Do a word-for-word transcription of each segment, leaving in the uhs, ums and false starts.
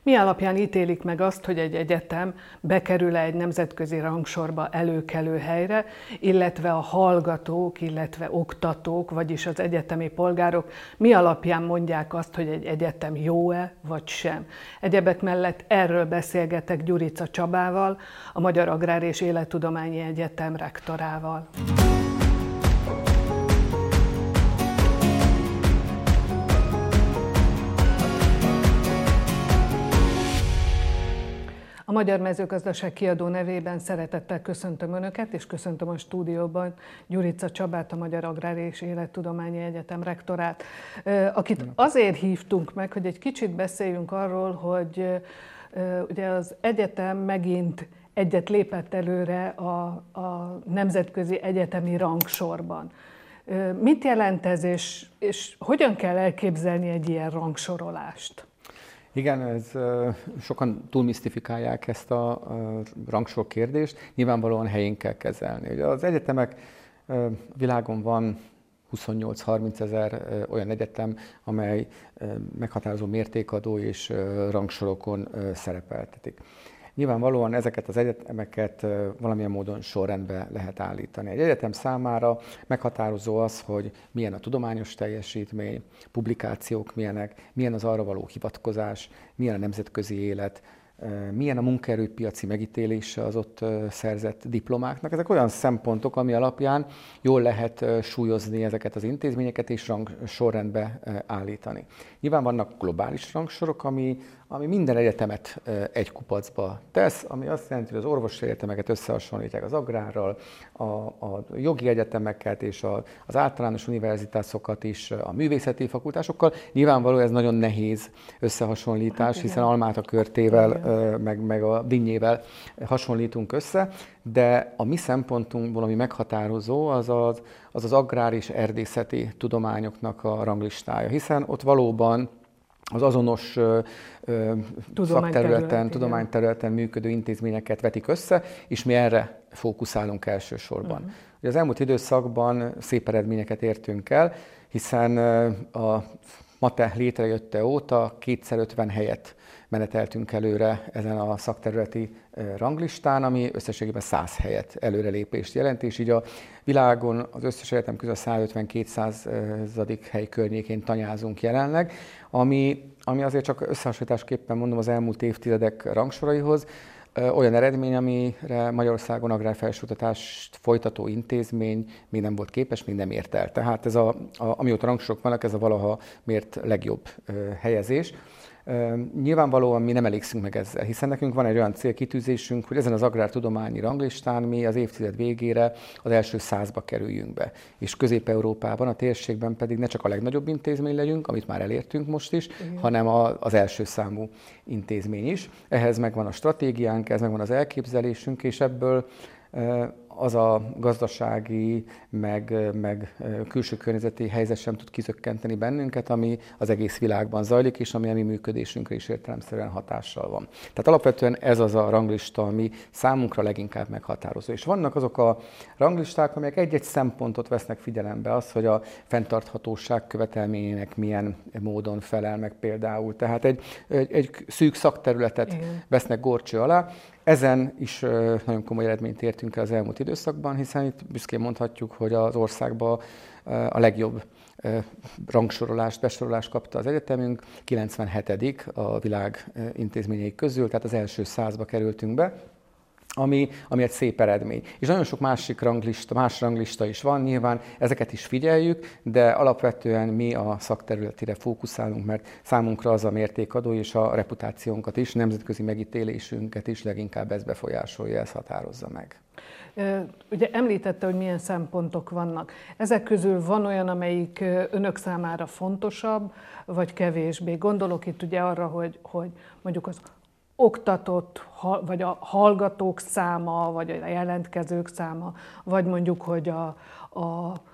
Mi alapján ítélik meg azt, hogy egy egyetem bekerül-e egy nemzetközi rangsorba előkelő helyre, illetve a hallgatók, illetve oktatók, vagyis az egyetemi polgárok mi alapján mondják azt, hogy egy egyetem jó-e vagy sem. Egyebek mellett erről beszélgetek Gyurica Csabával, a Magyar Agrár és Élettudományi Egyetem rektorával. A Magyar Mezőgazdaság Kiadó nevében szeretettel köszöntöm Önöket, és köszöntöm a stúdióban Gyurica Csabát, a Magyar Agrár és Élettudományi Egyetem rektorát, akit azért hívtunk meg, hogy egy kicsit beszéljünk arról, hogy ugye az egyetem megint egyet lépett előre a, a nemzetközi egyetemi rangsorban. Mit jelent ez, és, és hogyan kell elképzelni egy ilyen rangsorolást? Igen, ez, sokan túlmisztifikálják ezt a rangsor kérdést, nyilvánvalóan helyén kell kezelni. Ugye az egyetemek világon van huszonnyolc-harminc ezer olyan egyetem, amely meghatározó mértékadó és rangsorokon szerepeltetik. Nyilvánvalóan ezeket az egyetemeket valamilyen módon sorrendbe lehet állítani. Egy egyetem számára meghatározó az, hogy milyen a tudományos teljesítmény, publikációk milyenek, milyen az arra való hivatkozás, milyen a nemzetközi élet, milyen a munkaerőpiaci megítélése az ott szerzett diplomáknak. Ezek olyan szempontok, ami alapján jól lehet súlyozni ezeket az intézményeket és rang, sorrendbe állítani. Nyilván vannak globális rangsorok, ami, ami minden egyetemet egy kupacba tesz, ami azt jelenti, hogy az orvosi egyetemeket összehasonlítják az agrárral, a, a jogi egyetemeket és a, az általános univerzitásokat is a művészeti fakultásokkal. Nyilvánvaló ez nagyon nehéz összehasonlítás, hát hiszen Almáta Körtével meg, meg a dinnyével hasonlítunk össze, de a mi szempontunkból, ami meghatározó, az az, az, az agrár és erdészeti tudományoknak a ranglistája, hiszen ott valóban az azonos ö, szakterületen, tudományterületen működő intézményeket vetik össze, és mi erre fókuszálunk elsősorban. Uh-huh. Ugye az elmúlt időszakban szép eredményeket értünk el, hiszen a MATE létrejötte óta kétszer ötven helyet meneteltünk előre ezen a szakterületi ranglistán, ami összességében száz helyet előrelépést jelent, és így a világon az összes egyetem közül a százötven-kétszázadik hely környékén tanyázunk jelenleg, ami, ami azért csak összehasonlításképpen mondom az elmúlt évtizedek rangsoraihoz, olyan eredmény, amire Magyarországon agrárfelsőoktatást folytató intézmény még nem volt képes, még nem ért el. Tehát ez a, a, amióta rangsorok vannak, ez a valaha mért legjobb helyezés. Nyilvánvalóan mi nem elégszünk meg ezzel, hiszen nekünk van egy olyan célkitűzésünk, hogy ezen az agrártudományi ranglistán mi az évtized végére az első százba kerüljünk be. És Közép-Európában, a térségben pedig ne csak a legnagyobb intézmény legyünk, amit már elértünk most is, igen, hanem a, az első számú intézmény is. Ehhez megvan a stratégiánk, ez megvan az elképzelésünk, és ebből az a gazdasági, meg, meg külső környezeti helyzet sem tud kizökkenteni bennünket, ami az egész világban zajlik, és ami a mi működésünkre is értelemszerűen hatással van. Tehát alapvetően ez az a ranglista, ami számunkra leginkább meghatározó. És vannak azok a ranglisták, amelyek egy-egy szempontot vesznek figyelembe, az, hogy a fenntarthatóság követelményének milyen módon felel meg például. Tehát egy, egy, egy szűk szakterületet igen, vesznek górcső alá. Ezen is nagyon komoly eredményt értünk el az elmúlt időszakban, hiszen itt büszkén mondhatjuk, hogy az országban a legjobb rangsorolást, besorolást kapta az egyetemünk, kilencvenhetedik a világ intézményei közül, tehát az első százba kerültünk be. Ami, ami egy szép eredmény. És nagyon sok másik ranglista, más ranglista is van, nyilván ezeket is figyeljük, de alapvetően mi a szakterületére fókuszálunk, mert számunkra az a mértékadó, és a reputációnkat is, nemzetközi megítélésünket is leginkább ez befolyásolja, ez határozza meg. Ugye említette, hogy milyen szempontok vannak. Ezek közül van olyan, amelyik önök számára fontosabb, vagy kevésbé? Gondolok itt ugye arra, hogy, hogy mondjuk az oktatott, vagy a hallgatók száma, vagy a jelentkezők száma, vagy mondjuk, hogy a, a,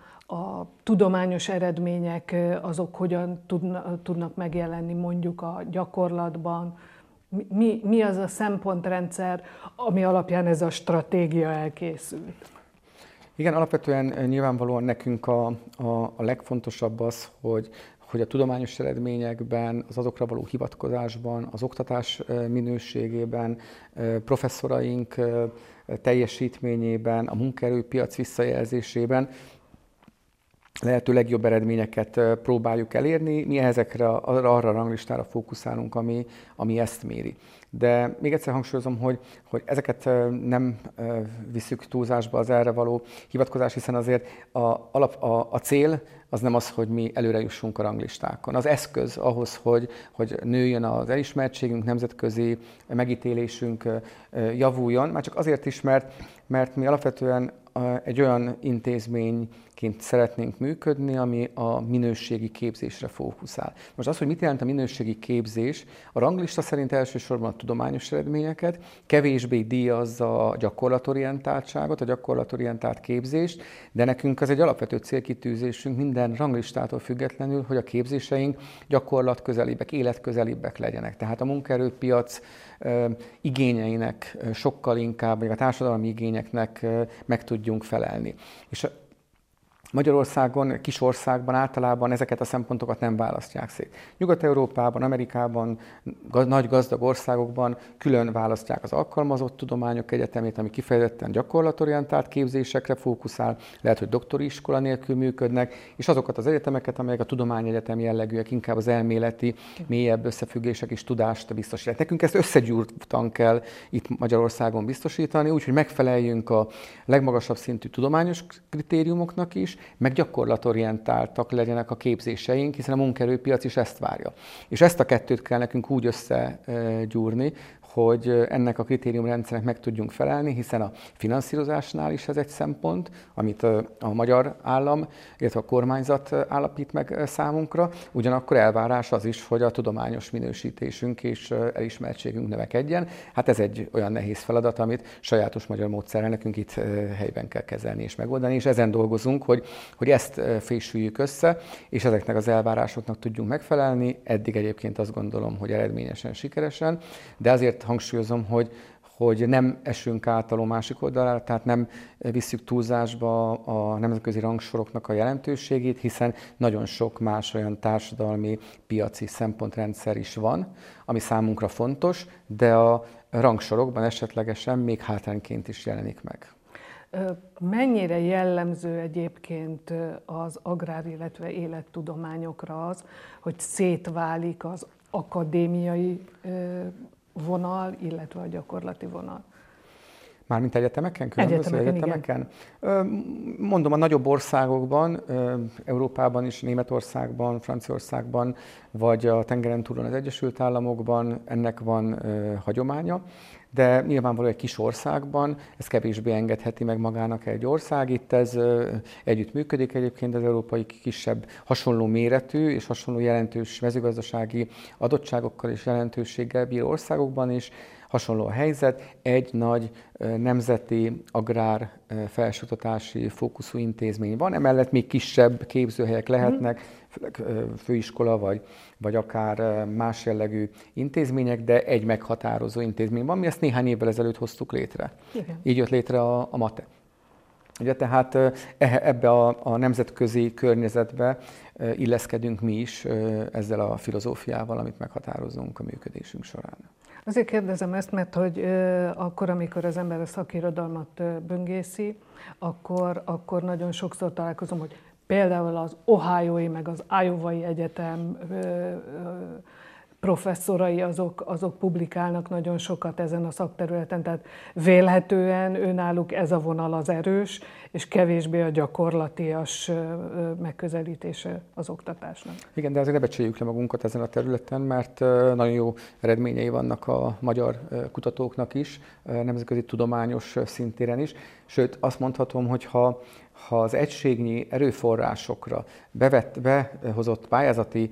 a tudományos eredmények azok hogyan tudnak megjelenni mondjuk a gyakorlatban. Mi, mi az a szempontrendszer, ami alapján ez a stratégia elkészült? Igen, alapvetően nyilvánvalóan nekünk a, a, a legfontosabb az, hogy hogy a tudományos eredményekben, az azokra való hivatkozásban, az oktatás minőségében, professzoraink teljesítményében, a munkaerőpiac visszajelzésében lehető legjobb eredményeket próbáljuk elérni. Mi ezekre, arra a ranglistára fókuszálunk, ami, ami ezt méri. De még egyszer hangsúlyozom, hogy, hogy ezeket nem visszük túlzásba az erre való hivatkozás, hiszen azért a, alap, a, a cél az nem az, hogy mi előre jussunk a ranglistákon. Az eszköz ahhoz, hogy, hogy nőjön az elismertségünk, nemzetközi megítélésünk javuljon, már csak azért is, mert, mert mi alapvetően egy olyan intézményként szeretnénk működni, ami a minőségi képzésre fókuszál. Most az, hogy mit jelent a minőségi képzés, a ranglista szerint elsősorban a tudományos eredményeket, kevésbé díjazza a gyakorlatorientáltságot, a gyakorlatorientált képzést, de nekünk az egy alapvető célkitűzésünk minden ranglistától függetlenül, hogy a képzéseink gyakorlatközelibbek, életközelibbek legyenek. Tehát a munkaerőpiac igényeinek sokkal inkább, vagy a társadalmi igényeknek meg tudjunk felelni. És Magyarországon, kis országban általában ezeket a szempontokat nem választják szét. Nyugat-Európában, Amerikában, nagy gazdag országokban külön választják az alkalmazott tudományok egyetemét, ami kifejezetten gyakorlatorientált képzésekre fókuszál, lehet, hogy doktori iskola nélkül működnek, és azokat az egyetemeket, amelyek a tudományegyetem jellegűek, inkább az elméleti, mélyebb összefüggések és tudást biztosítják. Nekünk ezt összegyúrtan kell itt Magyarországon biztosítani, úgyhogy megfeleljünk a legmagasabb szintű tudományos kritériumoknak is, meg gyakorlatorientáltak legyenek a képzéseink, hiszen a munkaerőpiac is ezt várja. És ezt a kettőt kell nekünk úgy összegyúrni, hogy ennek a kritériumrendszernek meg tudjunk felelni, hiszen a finanszírozásnál is ez egy szempont, amit a magyar állam, illetve a kormányzat állapít meg számunkra, ugyanakkor elvárás az is, hogy a tudományos minősítésünk és elismertségünk növekedjen. Hát ez egy olyan nehéz feladat, amit sajátos magyar módszerrel nekünk itt helyben kell kezelni és megoldani, és ezen dolgozunk, hogy, hogy ezt fésüljük össze, és ezeknek az elvárásoknak tudjunk megfelelni. Eddig egyébként azt gondolom, hogy eredményesen, sikeresen, de azért hangsúlyozom, hogy, hogy nem esünk át a másik oldalára, tehát nem visszük túlzásba a nemzetközi rangsoroknak a jelentőségét, hiszen nagyon sok más olyan társadalmi, piaci szempontrendszer is van, ami számunkra fontos, de a rangsorokban esetlegesen még hátrányként is jelenik meg. Mennyire jellemző egyébként az agrár, illetve élettudományokra az, hogy szétválik az akadémiai vonal, illetve a gyakorlati vonal? Mármint egyetemeken? Különböző egyetemeken? egyetemeken? Mondom, a nagyobb országokban, Európában is, Németországban, Franciaországban, vagy a tengeren túlon az Egyesült Államokban ennek van hagyománya, de nyilvánvaló egy kis országban ez kevésbé engedheti meg magának egy ország. Itt ez együtt működik egyébként az európai kisebb, hasonló méretű és hasonló jelentős mezőgazdasági adottságokkal és jelentőséggel bíró országokban is. Hasonló a helyzet, egy nagy nemzeti agrár felsőoktatási fókuszú intézmény van, emellett még kisebb képzőhelyek lehetnek, főiskola vagy, vagy akár más jellegű intézmények, de egy meghatározó intézmény van. Mi ezt néhány évvel ezelőtt hoztuk létre. Igen. Így jött létre a, a MATE. Ugye, tehát ebbe a, a nemzetközi környezetbe illeszkedünk mi is ezzel a filozófiával, amit meghatározunk a működésünk során. Azért kérdezem ezt, mert hogy euh, akkor, amikor az ember a szakirodalmat euh, böngészi, akkor, akkor nagyon sokszor találkozom, hogy például az Ohiói meg az Iowai Egyetem euh, euh, professzorai azok, azok publikálnak nagyon sokat ezen a szakterületen, tehát vélhetően őnáluk ez a vonal az erős, és kevésbé a gyakorlatias megközelítése az oktatásnak. Igen, de azért ne becsüljük le magunkat ezen a területen, mert nagyon jó eredményei vannak a magyar kutatóknak is, nemzetközi tudományos szintéren is. Sőt, azt mondhatom, hogy ha, ha az egységnyi erőforrásokra bevett, behozott pályázati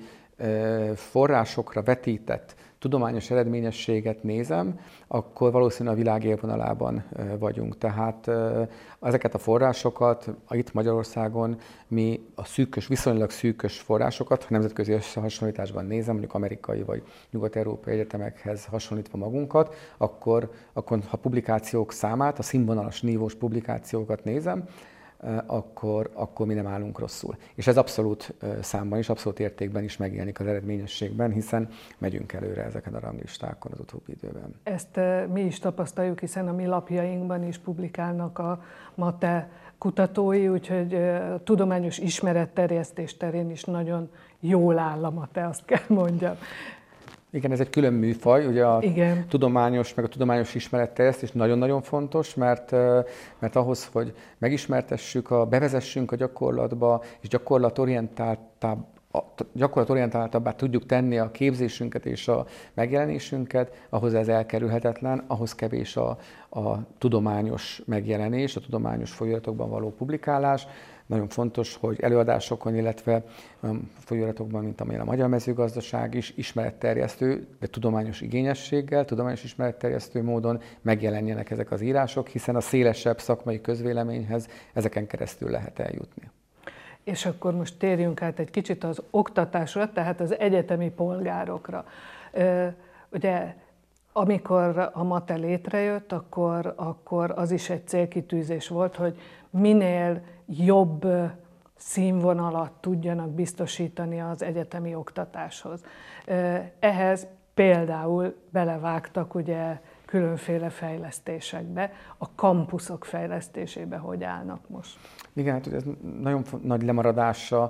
forrásokra vetített tudományos eredményességet nézem, akkor valószínűleg a világ élvonalában vagyunk. Tehát ezeket a forrásokat itt Magyarországon mi a szűkös, viszonylag szűkös forrásokat, ha nemzetközi összehasonlításban nézem, mondjuk amerikai vagy nyugat-európai egyetemekhez hasonlítva magunkat, akkor, akkor ha publikációk számát, a színvonalas nívós publikációkat nézem, akkor, akkor mi nem állunk rosszul. És ez abszolút számban is, abszolút értékben is megjelenik az eredményességben, hiszen megyünk előre ezeken a ranglistákon az utóbbi időben. Ezt mi is tapasztaljuk, hiszen a mi lapjainkban is publikálnak a MATE kutatói, úgyhogy a tudományos ismeretterjesztés terén is nagyon jól áll a MATE, azt kell mondjam. Igen, ez egy külön műfaj, ugye a Igen. tudományos, meg a tudományos ismeretterjesztés nagyon-nagyon fontos, mert, mert ahhoz, hogy megismertessük, a, bevezessünk a gyakorlatba, és gyakorlatorientáltabb, gyakorlatorientáltabbá tudjuk tenni a képzésünket és a megjelenésünket, ahhoz ez elkerülhetetlen, ahhoz kevés a, a tudományos megjelenés, a tudományos folyóiratokban való publikálás. Nagyon fontos, hogy előadásokon, illetve folyóiratokban, mint amilyen a Magyar Mezőgazdaság is, ismeretterjesztő, de tudományos igényességgel, tudományos ismeretterjesztő módon megjelenjenek ezek az írások, hiszen a szélesebb szakmai közvéleményhez ezeken keresztül lehet eljutni. És akkor most térjünk át egy kicsit az oktatásra, tehát az egyetemi polgárokra. Ugye, amikor a MATE létrejött, akkor, akkor az is egy célkitűzés volt, hogy minél jobb színvonalat tudjanak biztosítani az egyetemi oktatáshoz. Ehhez például belevágtak ugye különféle fejlesztésekbe, a kampuszok fejlesztésébe hogy állnak most? Igen, hát ez nagyon nagy lemaradása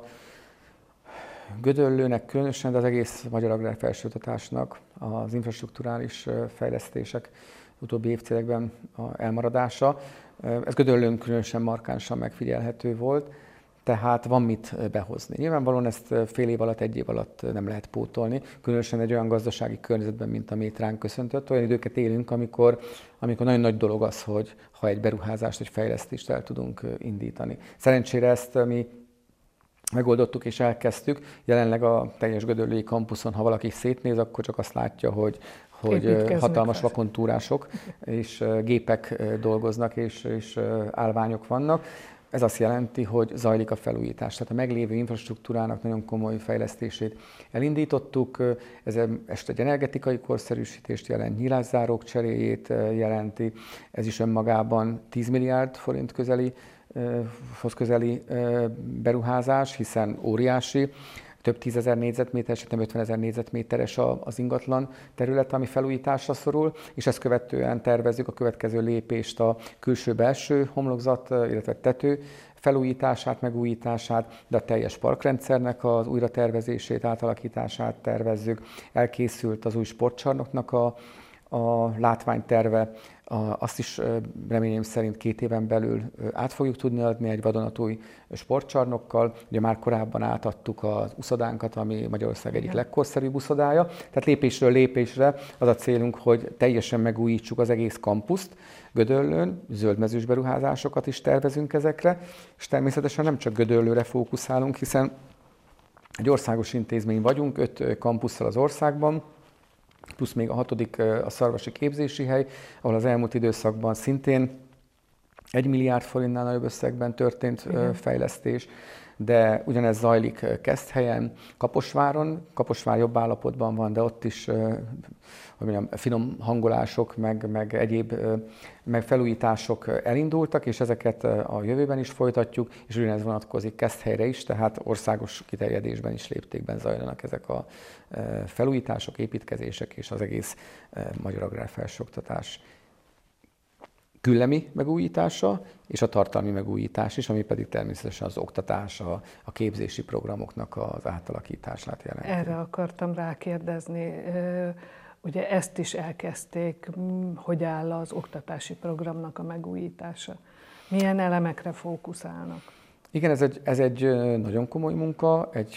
Gödöllőnek különösen, de az egész magyar agrárfelsőoktatásnak az infrastrukturális fejlesztések utóbbi évtizedekben a elmaradása. Ez Gödöllőn különösen markánsan megfigyelhető volt, tehát van mit behozni. Nyilvánvalóan ezt fél év alatt, egy év alatt nem lehet pótolni, különösen egy olyan gazdasági környezetben, mint amit ránk köszöntött. Olyan időket élünk, amikor, amikor nagyon nagy dolog az, hogy ha egy beruházást, egy fejlesztést el tudunk indítani. Szerencsére ezt mi megoldottuk és elkezdtük. Jelenleg a teljes gödöllői kampuszon, ha valaki szétnéz, akkor csak azt látja, hogy hogy hatalmas vakontúrások és gépek dolgoznak, és, és állványok vannak. Ez azt jelenti, hogy zajlik a felújítás. Tehát a meglévő infrastruktúrának nagyon komoly fejlesztését elindítottuk. Ez este egy energetikai korszerűsítést jelent, nyílászárók cseréjét jelenti. Ez is önmagában tíz milliárd forint közeli, hoz közeli beruházás, hiszen óriási. Több tízezer négyzetméteres, nem ötvenezer négyzetméteres az ingatlan terület, ami felújításra szorul, és ezt követően tervezzük a következő lépést, a külső-belső homlokzat, illetve tető felújítását, megújítását, de a teljes parkrendszernek az újratervezését, átalakítását tervezzük. Elkészült az új sportcsarnoknak a, a látványterve, azt is reményem szerint két éven belül át fogjuk tudni adni egy vadonatúj sportcsarnokkal. Ugye már korábban átadtuk az uszodánkat, ami Magyarország egyik legkorszerűbb uszodája. Tehát lépésről lépésre az a célunk, hogy teljesen megújítsuk az egész kampuszt Gödöllőn, zöldmezős beruházásokat is tervezünk ezekre, és természetesen nem csak Gödöllőre fókuszálunk, hiszen egy országos intézmény vagyunk, öt kampusszal az országban, plusz még a hatodik a Szarvasi Képzési Hely, ahol az elmúlt időszakban szintén egy milliárd forintnál nagyobb összegben történt Igen. fejlesztés, de ugyanez zajlik Keszthelyen, Kaposváron. Kaposvár jobb állapotban van, de ott is hogy mondjam, finom hangolások, meg, meg egyéb meg felújítások elindultak, és ezeket a jövőben is folytatjuk, és ugyanez vonatkozik Keszthelyre is, tehát országos kiterjedésben is léptékben zajlanak ezek a felújítások, építkezések és az egész magyar agrárfelsőoktatás küllemi megújítása, és a tartalmi megújítás is, ami pedig természetesen az oktatás, a, a képzési programoknak az átalakítását jelenti. Erre akartam rákérdezni. Ugye ezt is elkezdték, hogy áll az oktatási programnak a megújítása. Milyen elemekre fókuszálnak? Igen, ez egy, ez egy nagyon komoly munka, egy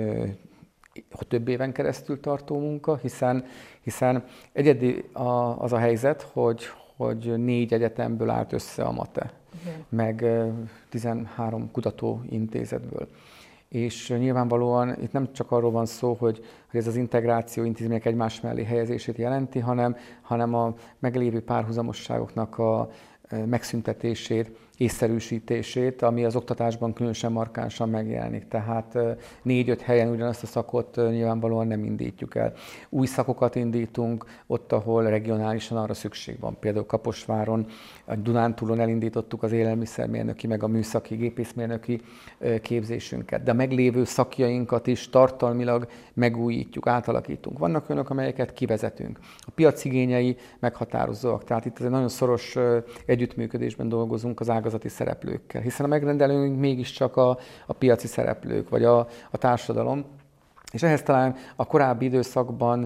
több éven keresztül tartó munka, hiszen, hiszen egyedi az a helyzet, hogy, hogy négy egyetemből állt össze a MATE, Igen. meg tizenhárom kutatóintézetből. És nyilvánvalóan itt nem csak arról van szó, hogy, hogy ez az integráció intézmények egymás mellé helyezését jelenti, hanem, hanem a meglévő párhuzamosságoknak a megszüntetését, észszerűsítését, ami az oktatásban különösen markánsan megjelenik. Tehát négy-öt helyen ugyanazt a szakot nyilvánvalóan nem indítjuk el. Új szakokat indítunk ott, ahol regionálisan arra szükség van. Például Kaposváron, a Dunántúlon elindítottuk az élelmiszermérnöki, meg a műszaki, gépészmérnöki képzésünket. De a meglévő szakjainkat is tartalmilag megújítjuk, átalakítunk. Vannak olyanok, amelyeket kivezetünk. A piac igényei meghatározóak. Tehát itt egy nagyon szoros együttműködésben dolgozunk az ágazati szereplőkkel, hiszen a megrendelőink mégiscsak a, a piaci szereplők, vagy a, a társadalom. És ehhez talán a korábbi időszakban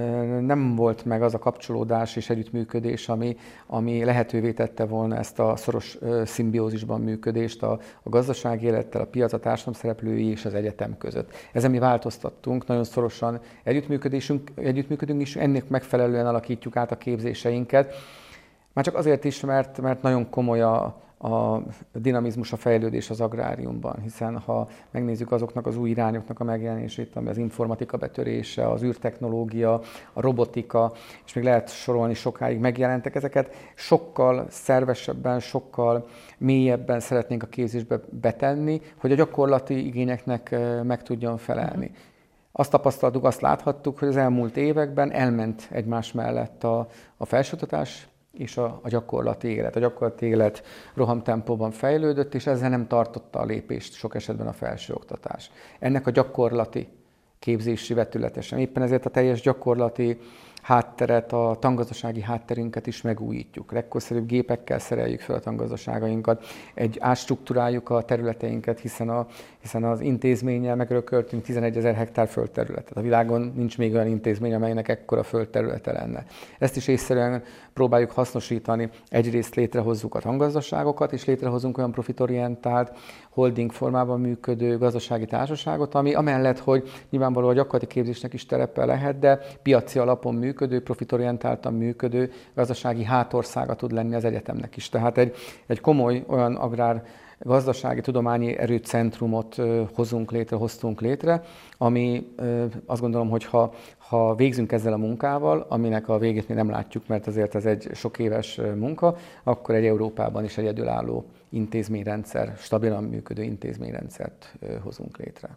nem volt meg az a kapcsolódás és együttműködés, ami, ami lehetővé tette volna ezt a szoros szimbiózisban működést a, a gazdasági élettel, a piac, a társadalom szereplői és az egyetem között. Ezen mi változtattunk, nagyon szorosan együttműködésünk, együttműködünk is, ennek megfelelően alakítjuk át a képzéseinket. Már csak azért is, mert, mert nagyon komoly a, a dinamizmus, a fejlődés az agráriumban, hiszen ha megnézzük azoknak az új irányoknak a megjelenését, ami az informatika betörése, az űrtechnológia, a robotika, és még lehet sorolni sokáig megjelentek, ezeket sokkal szervesebben, sokkal mélyebben szeretnénk a képzésbe betenni, hogy a gyakorlati igényeknek meg tudjon felelni. Azt tapasztaltuk, azt láthattuk, hogy az elmúlt években elment egymás mellett a, a felsőoktatás és a, a gyakorlati élet. A gyakorlati élet rohamtempóban fejlődött, és ezzel nem tartotta a lépést sok esetben a felsőoktatás. Ennek a gyakorlati képzési vetületesen. Éppen ezért a teljes gyakorlati hátteret, a tangazdasági hátterünket is megújítjuk. Legkorszerűbb gépekkel szereljük fel a tangazdaságainkat, egy átstruktúráljuk a területeinket, hiszen, a, hiszen az intézménnyel megörököltünk tizenegyezer hektár földterületet. A világon nincs még olyan intézmény, amelynek ekkora földterülete lenne. Ezt is észszerűen próbáljuk hasznosítani. Egyrészt létrehozzuk a tangazdaságokat, és létrehozunk olyan profitorientált, holding formában működő gazdasági társaságot, ami amellett, hogy nyilvánvalóan a gyakorlati képzésnek is terepe lehet, de piaci alapon működő, profitorientáltan működő gazdasági hátországa tud lenni az egyetemnek is. Tehát egy, egy komoly olyan agrár gazdasági tudományi erőcentrumot hozunk létre, hoztunk létre, ami azt gondolom, hogy ha, ha végzünk ezzel a munkával, aminek a végét mi nem látjuk, mert azért ez egy sok éves munka, akkor egy Európában is egyedülálló intézményrendszer, stabilan működő intézményrendszert hozunk létre.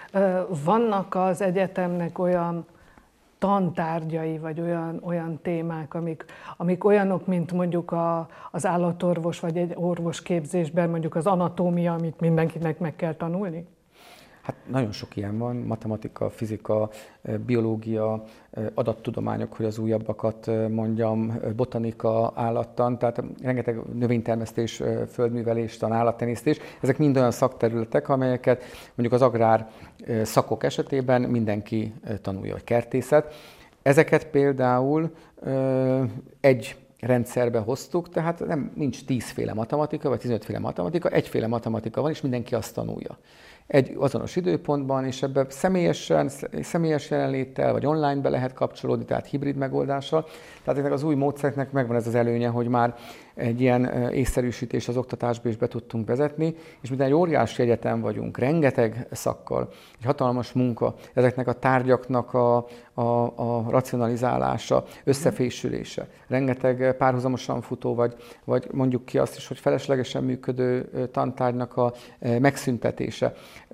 Vannak az egyetemnek olyan tantárgyai, vagy olyan, olyan témák, amik, amik olyanok, mint mondjuk a, az állatorvos, vagy egy orvosképzésben mondjuk az anatómia, amit mindenkinek meg kell tanulni? Hát nagyon sok ilyen van, matematika, fizika, biológia, adattudományok, hogy az újabbakat mondjam, botanika, állattan, tehát rengeteg növénytermesztés, földművelés, tan, állattenyésztés. Ezek mind olyan szakterületek, amelyeket mondjuk az agrár szakok esetében mindenki tanulja, vagy kertészet. Ezeket például egy rendszerbe hoztuk, tehát nem, nincs tízféle matematika, vagy tizenötféle matematika, egyféle matematika van, és mindenki azt tanulja. Egy azonos időpontban, és ebben személyesen, személyes jelenléttel, vagy online be lehet kapcsolódni, tehát hibrid megoldással. Tehát ennek az új módszereknek megvan ez az előnye, hogy már egy ilyen észszerűsítés az oktatásba is be tudtunk vezetni, és mivel egy óriási egyetem vagyunk, rengeteg szakkal, egy hatalmas munka, ezeknek a tárgyaknak a, a, a racionalizálása, összefésülése, rengeteg párhuzamosan futó, vagy, vagy mondjuk ki azt is, hogy feleslegesen működő tantárgynak a megszüntetése.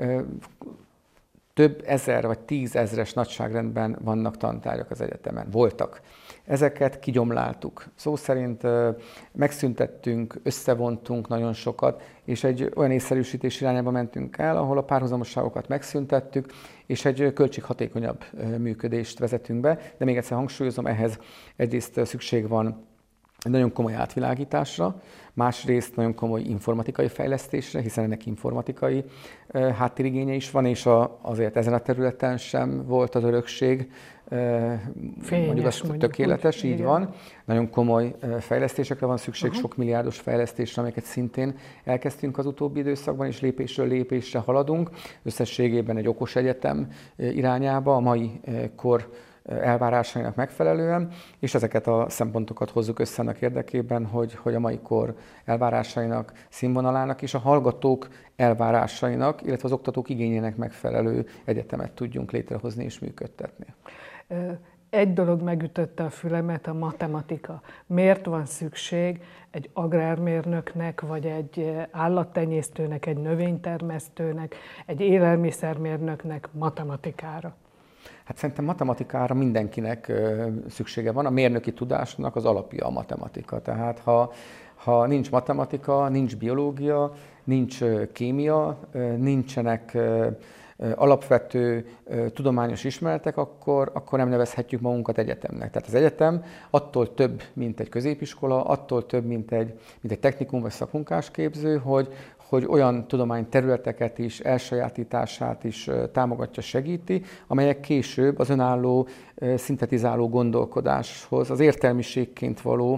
Több ezer vagy tízezres nagyságrendben vannak tantárgyak az egyetemen. Voltak. Ezeket kigyomláltuk. Szó szerint megszüntettünk, összevontunk nagyon sokat, és egy olyan észszerűsítés irányába mentünk el, ahol a párhuzamosságokat megszüntettük, és egy költséghatékonyabb működést vezetünk be. De még egyszer hangsúlyozom, ehhez egyrészt szükség van egy nagyon komoly átvilágításra, másrészt nagyon komoly informatikai fejlesztésre, hiszen ennek informatikai háttérigénye is van, és a, azért ezen a területen sem volt az örökség, Fényes, mondjuk azt mondjuk tökéletes, úgy, így igen. Van. Nagyon komoly fejlesztésekre van szükség, uh-huh. sok milliárdos fejlesztésre, amelyeket szintén elkezdtünk az utóbbi időszakban, és lépésről lépésre haladunk. Összességében egy okos egyetem irányába, a mai kor elvárásainak megfelelően, és ezeket a szempontokat hozzuk össze annak érdekében, hogy, hogy a mai kor elvárásainak, színvonalának és a hallgatók elvárásainak, illetve az oktatók igényének megfelelő egyetemet tudjunk létrehozni és működtetni. egy dolog megütötte a fülemet, a matematika. Miért van szükség egy agrármérnöknek, vagy egy állattenyésztőnek, egy növénytermesztőnek, egy élelmiszermérnöknek matematikára? Hát szerintem matematikára mindenkinek szüksége van. A mérnöki tudásnak az alapja a matematika. Tehát ha, ha nincs matematika, nincs biológia, nincs kémia, nincsenek alapvető tudományos ismeretek, akkor, akkor nem nevezhetjük magunkat egyetemnek. Tehát az egyetem attól több, mint egy középiskola, attól több, mint egy, mint egy technikum vagy szakmunkásképző, hogy, hogy olyan tudományterületeket is, elsajátítását is támogatja, segíti, amelyek később az önálló, szintetizáló gondolkodáshoz, az értelmiségként való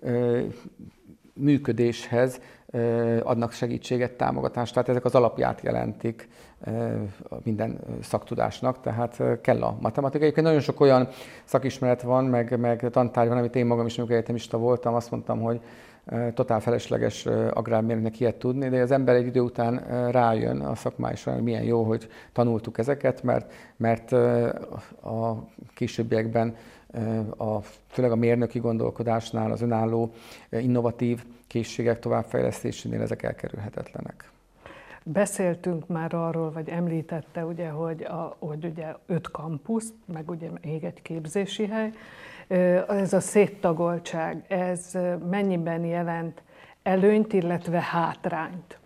működéshez adnak segítséget, támogatást. Tehát ezek az alapját jelentik minden szaktudásnak, tehát kell a matematika. Egyébként nagyon sok olyan szakismeret van, meg, meg tantárgy van, amit én magam is, amikor egyetemista voltam, azt mondtam, hogy totál felesleges agrármérnöknek ilyet tudni, de az ember egy idő után rájön a szakmai során, hogy milyen jó, hogy tanultuk ezeket, mert, mert a későbbiekben a, főleg a mérnöki gondolkodásnál, az önálló, innovatív készségek továbbfejlesztésénél ezek elkerülhetetlenek. Beszéltünk már arról, vagy említette, ugye, hogy, a, hogy ugye öt kampusz, meg ugye még egy képzési hely. Ez a széttagoltság, ez mennyiben jelent előnyt, illetve hátrányt?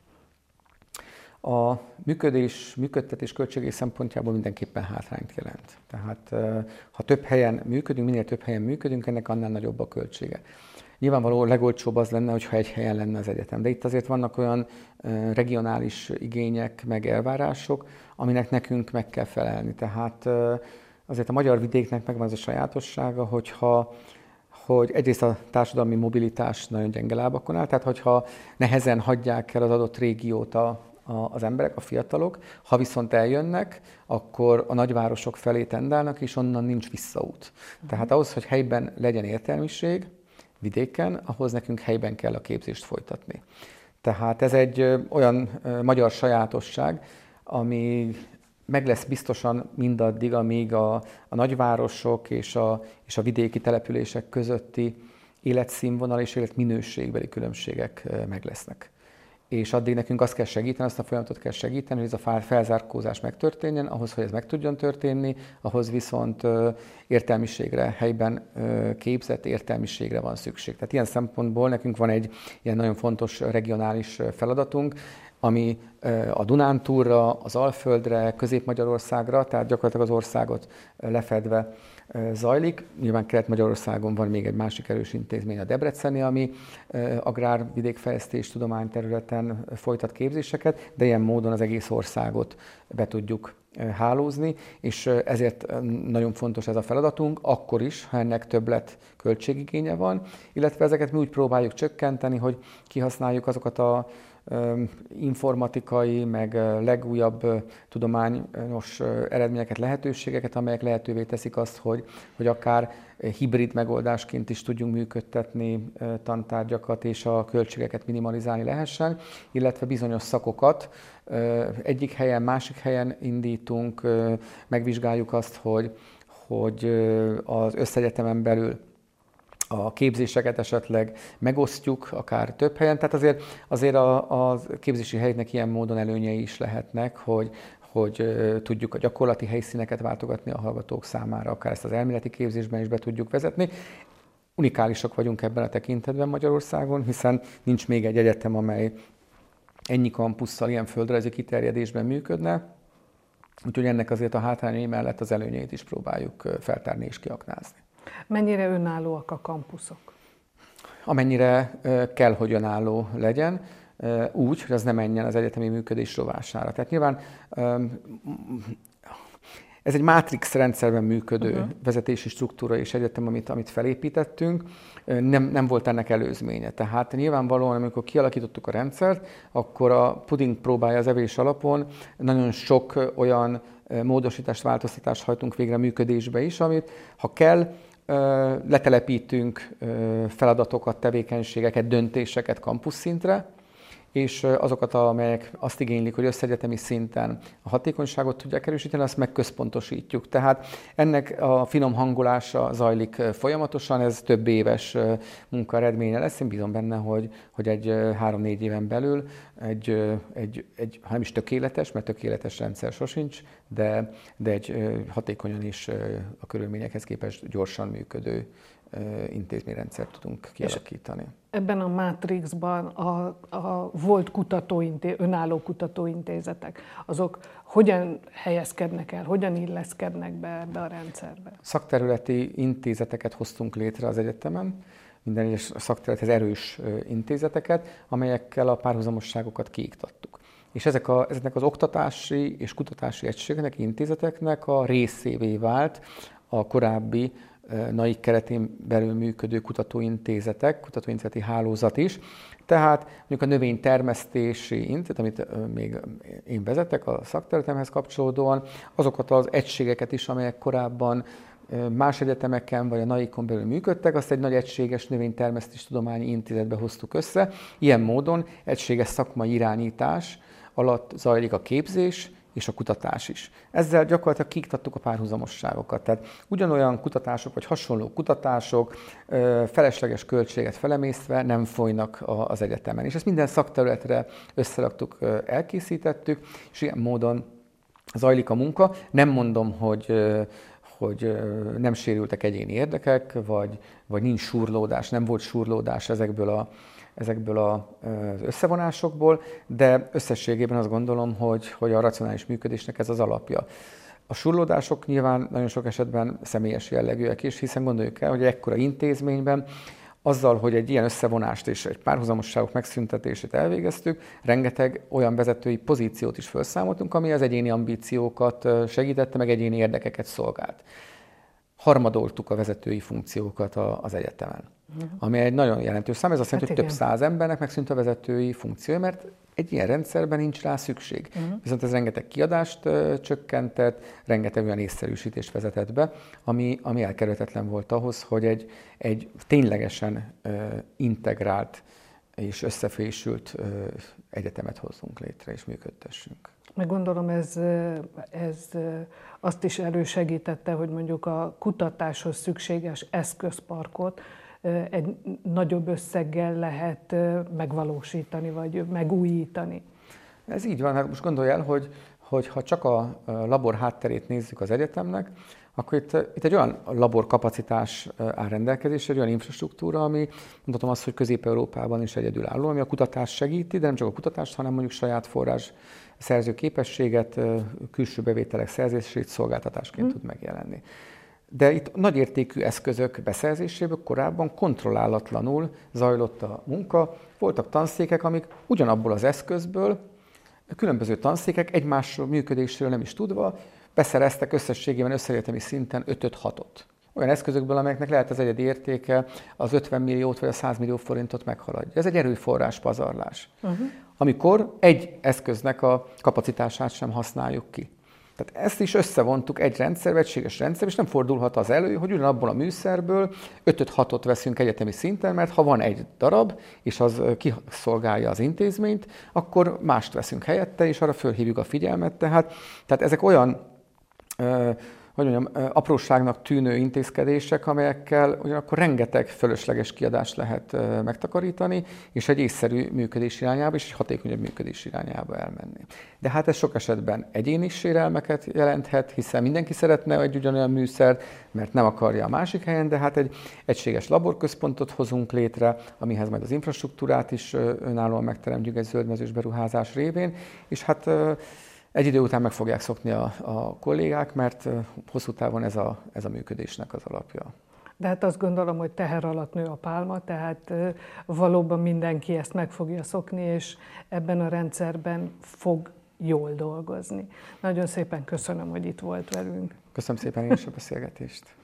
A működés, működtetés költségei szempontjából mindenképpen hátrányt jelent. Tehát ha több helyen működünk, minél több helyen működünk, ennek annál nagyobb a költsége. Nyilvánvalóan legolcsóbb az lenne, hogyha egy helyen lenne az egyetem. De itt azért vannak olyan regionális igények, meg elvárások, aminek nekünk meg kell felelni. Tehát azért a magyar vidéknek megvan az a sajátossága, hogyha, hogy egyrészt a társadalmi mobilitás nagyon gyenge lábakon áll, tehát hogyha nehezen hagyják el az adott régiót a, a, az emberek, a fiatalok, ha viszont eljönnek, akkor a nagyvárosok felé tendálnak, és onnan nincs visszaút. Tehát ahhoz, hogy helyben legyen értelmiség, vidéken, ahhoz nekünk helyben kell a képzést folytatni. Tehát ez egy olyan magyar sajátosság, ami meg lesz biztosan mindaddig, amíg a, a nagyvárosok és a, és a vidéki települések közötti életszínvonal és életminőségbeli különbségek meg lesznek. És addig nekünk azt kell segíteni, azt a folyamatot kell segíteni, hogy ez a felzárkózás megtörténjen, ahhoz, hogy ez meg tudjon történni, ahhoz viszont értelmiségre, helyben képzett értelmiségre van szükség. Tehát ilyen szempontból nekünk van egy ilyen nagyon fontos regionális feladatunk, ami a Dunántúlra, az Alföldre, Közép-Magyarországra, tehát gyakorlatilag az országot lefedve zajlik. Nyilván Kelet-Magyarországon van még egy másik erős intézmény, a debreceni, ami agrárvidékfejlesztés tudományterületen folytat képzéseket, de ilyen módon az egész országot be tudjuk hálózni, és ezért nagyon fontos ez a feladatunk, akkor is, ha ennek többlet költségigénye van, illetve ezeket mi úgy próbáljuk csökkenteni, hogy kihasználjuk azokat a informatikai, meg legújabb tudományos eredményeket, lehetőségeket, amelyek lehetővé teszik azt, hogy, hogy akár hibrid megoldásként is tudjunk működtetni tantárgyakat, és a költségeket minimalizálni lehessen, illetve bizonyos szakokat egyik helyen, másik helyen indítunk, megvizsgáljuk azt, hogy, hogy az összegyetemen belül a képzéseket esetleg megosztjuk, akár több helyen. Tehát azért, azért a, a képzési helyeknek ilyen módon előnyei is lehetnek, hogy, hogy tudjuk a gyakorlati helyszíneket váltogatni a hallgatók számára, akár ezt az elméleti képzésben is be tudjuk vezetni. Unikálisak vagyunk ebben a tekintetben Magyarországon, hiszen nincs még egy egyetem, amely ennyi kampusszal, ilyen földrajzi kiterjedésben működne. Úgyhogy ennek azért a hátrányai mellett az előnyeit is próbáljuk feltárni és kiaknázni. Mennyire önállóak a kampuszok? Amennyire kell, hogy önálló legyen, úgy, hogy az ne menjen az egyetemi működés rovására. Tehát nyilván ez egy mátrix rendszerben működő uh-huh. vezetési struktúra és egyetem, amit, amit felépítettünk, nem, nem volt ennek előzménye. Tehát nyilvánvalóan, amikor kialakítottuk a rendszert, akkor a puding próbálja az evés alapon nagyon sok olyan módosítást, változtatást hajtunk végre működésbe is, amit ha kell, letelepítünk feladatokat, tevékenységeket, döntéseket kampusz szintre, és azokat, amelyek azt igénylik, hogy összeegyetemi szinten a hatékonyságot tudják erősíteni, azt megközpontosítjuk. Tehát ennek a finom hangolása zajlik folyamatosan, ez több éves munka eredménye lesz. Én bízom benne, hogy, hogy egy három-négy éven belül egy, egy, egy, ha nem is tökéletes, mert tökéletes rendszer sosincs, de, de egy hatékonyan is a körülményekhez képest gyorsan működő intézményrendszert tudunk kialakítani. És ebben a mátrixban a, a volt kutatóinté, önálló kutatóintézetek, azok hogyan helyezkednek el, hogyan illeszkednek be ebbe a rendszerbe? Szakterületi intézeteket hoztunk létre az egyetemen, minden egyes szakterülethez erős intézeteket, amelyekkel a párhuzamosságokat kiiktattuk. És ezek a, ezeknek az oktatási és kutatási egységeknek, intézeteknek a részévé vált a korábbi en á i keretén belül működő kutatóintézetek, kutatóintézeti hálózat is. Tehát mondjuk a növénytermesztési intézet, amit még én vezetek a szakterületemhez kapcsolódóan, azokat az egységeket is, amelyek korábban más egyetemeken vagy a en á i-kon belül működtek, azt egy nagy egységes növénytermesztés tudományi intézetbe hoztuk össze. Ilyen módon egységes szakmai irányítás alatt zajlik a képzés és a kutatás is. Ezzel gyakorlatilag kiiktattuk a párhuzamosságokat. Tehát ugyanolyan kutatások, vagy hasonló kutatások felesleges költséget felemésztve nem folynak az egyetemen. És ezt minden szakterületre összeraktuk, elkészítettük, és ilyen módon zajlik a munka. Nem mondom, hogy hogy nem sérültek egyéni érdekek, vagy, vagy nincs surlódás, nem volt surlódás ezekből, a, ezekből az összevonásokból, de összességében azt gondolom, hogy, hogy a racionális működésnek ez az alapja. A surlódások nyilván nagyon sok esetben személyes jellegűek is, hiszen gondoljuk el, hogy ekkora intézményben azzal, hogy egy ilyen összevonást és egy párhuzamosságok megszüntetését elvégeztük, rengeteg olyan vezetői pozíciót is felszámoltunk, ami az egyéni ambíciókat segítette, meg egyéni érdekeket szolgált. Harmadoltuk a vezetői funkciókat az egyetemen, uh-huh. ami egy nagyon jelentős szám. Ez azt jelenti, hát hogy igen. több száz embernek megszűnt a vezetői funkciója, mert egy ilyen rendszerben nincs rá szükség. Uh-huh. Viszont ez rengeteg kiadást uh, csökkentett, rengeteg olyan észszerűsítést vezetett be, ami, ami elkerülhetetlen volt ahhoz, hogy egy, egy ténylegesen uh, integrált és összefésült uh, egyetemet hozzunk létre és működtessünk. Meg gondolom ez, ez azt is elősegítette, hogy mondjuk a kutatáshoz szükséges eszközparkot egy nagyobb összeggel lehet megvalósítani, vagy megújítani. Ez így van. Hát most gondolj el, hogy, hogy ha csak a labor hátterét nézzük az egyetemnek, akkor itt, itt egy olyan laborkapacitás áll rendelkezésre, egy olyan infrastruktúra, ami mondhatom azt, hogy Közép-Európában is egyedülálló, ami a kutatást segíti, de nem csak a kutatást, hanem mondjuk saját forrás szerző képességet, külső bevételek szerzését szolgáltatásként hmm. tud megjelenni. De itt nagyértékű eszközök beszerzéséből korábban kontrollálatlanul zajlott a munka. Voltak tanszékek, amik ugyanabból az eszközből, különböző tanszékek egymás működéséről nem is tudva, beszereztek összességében összeegyetemi szinten öt-hatot. Olyan eszközökből, amelyeknek lehet az egyedi értéke az ötven milliót vagy a száz millió forintot meghaladja. Ez egy erőforrás pazarlás. Uh-huh. Amikor egy eszköznek a kapacitását sem használjuk ki. Tehát ezt is összevontuk egy rendszerbe, egységes rendszer, és nem fordulhat az elő, hogy ugyanabból a műszerből öt-hatot veszünk egyetemi szinten, mert ha van egy darab, és az kiszolgálja az intézményt, akkor mást veszünk helyette, és arra fölhívjuk a figyelmet. Tehát, tehát ezek olyan ö, hogy mondjam, apróságnak tűnő intézkedések, amelyekkel ugyanakkor rengeteg fölösleges kiadást lehet megtakarítani, és egy észszerű működés irányába és egy hatékonyabb működés irányába elmenni. De hát ez sok esetben egyéni sérelmeket jelenthet, hiszen mindenki szeretne egy ugyanolyan műszert, mert nem akarja a másik helyen, de hát egy egységes laborközpontot hozunk létre, amihez majd az infrastruktúrát is önállóan megteremtjük egy zöldmezős beruházás révén, és hát egy idő után meg fogják szokni a, a kollégák, mert hosszú távon ez a, ez a működésnek az alapja. De hát azt gondolom, hogy teher alatt nő a pálma, tehát valóban mindenki ezt meg fogja szokni, és ebben a rendszerben fog jól dolgozni. Nagyon szépen köszönöm, hogy itt volt velünk. Köszönöm szépen én is a beszélgetést.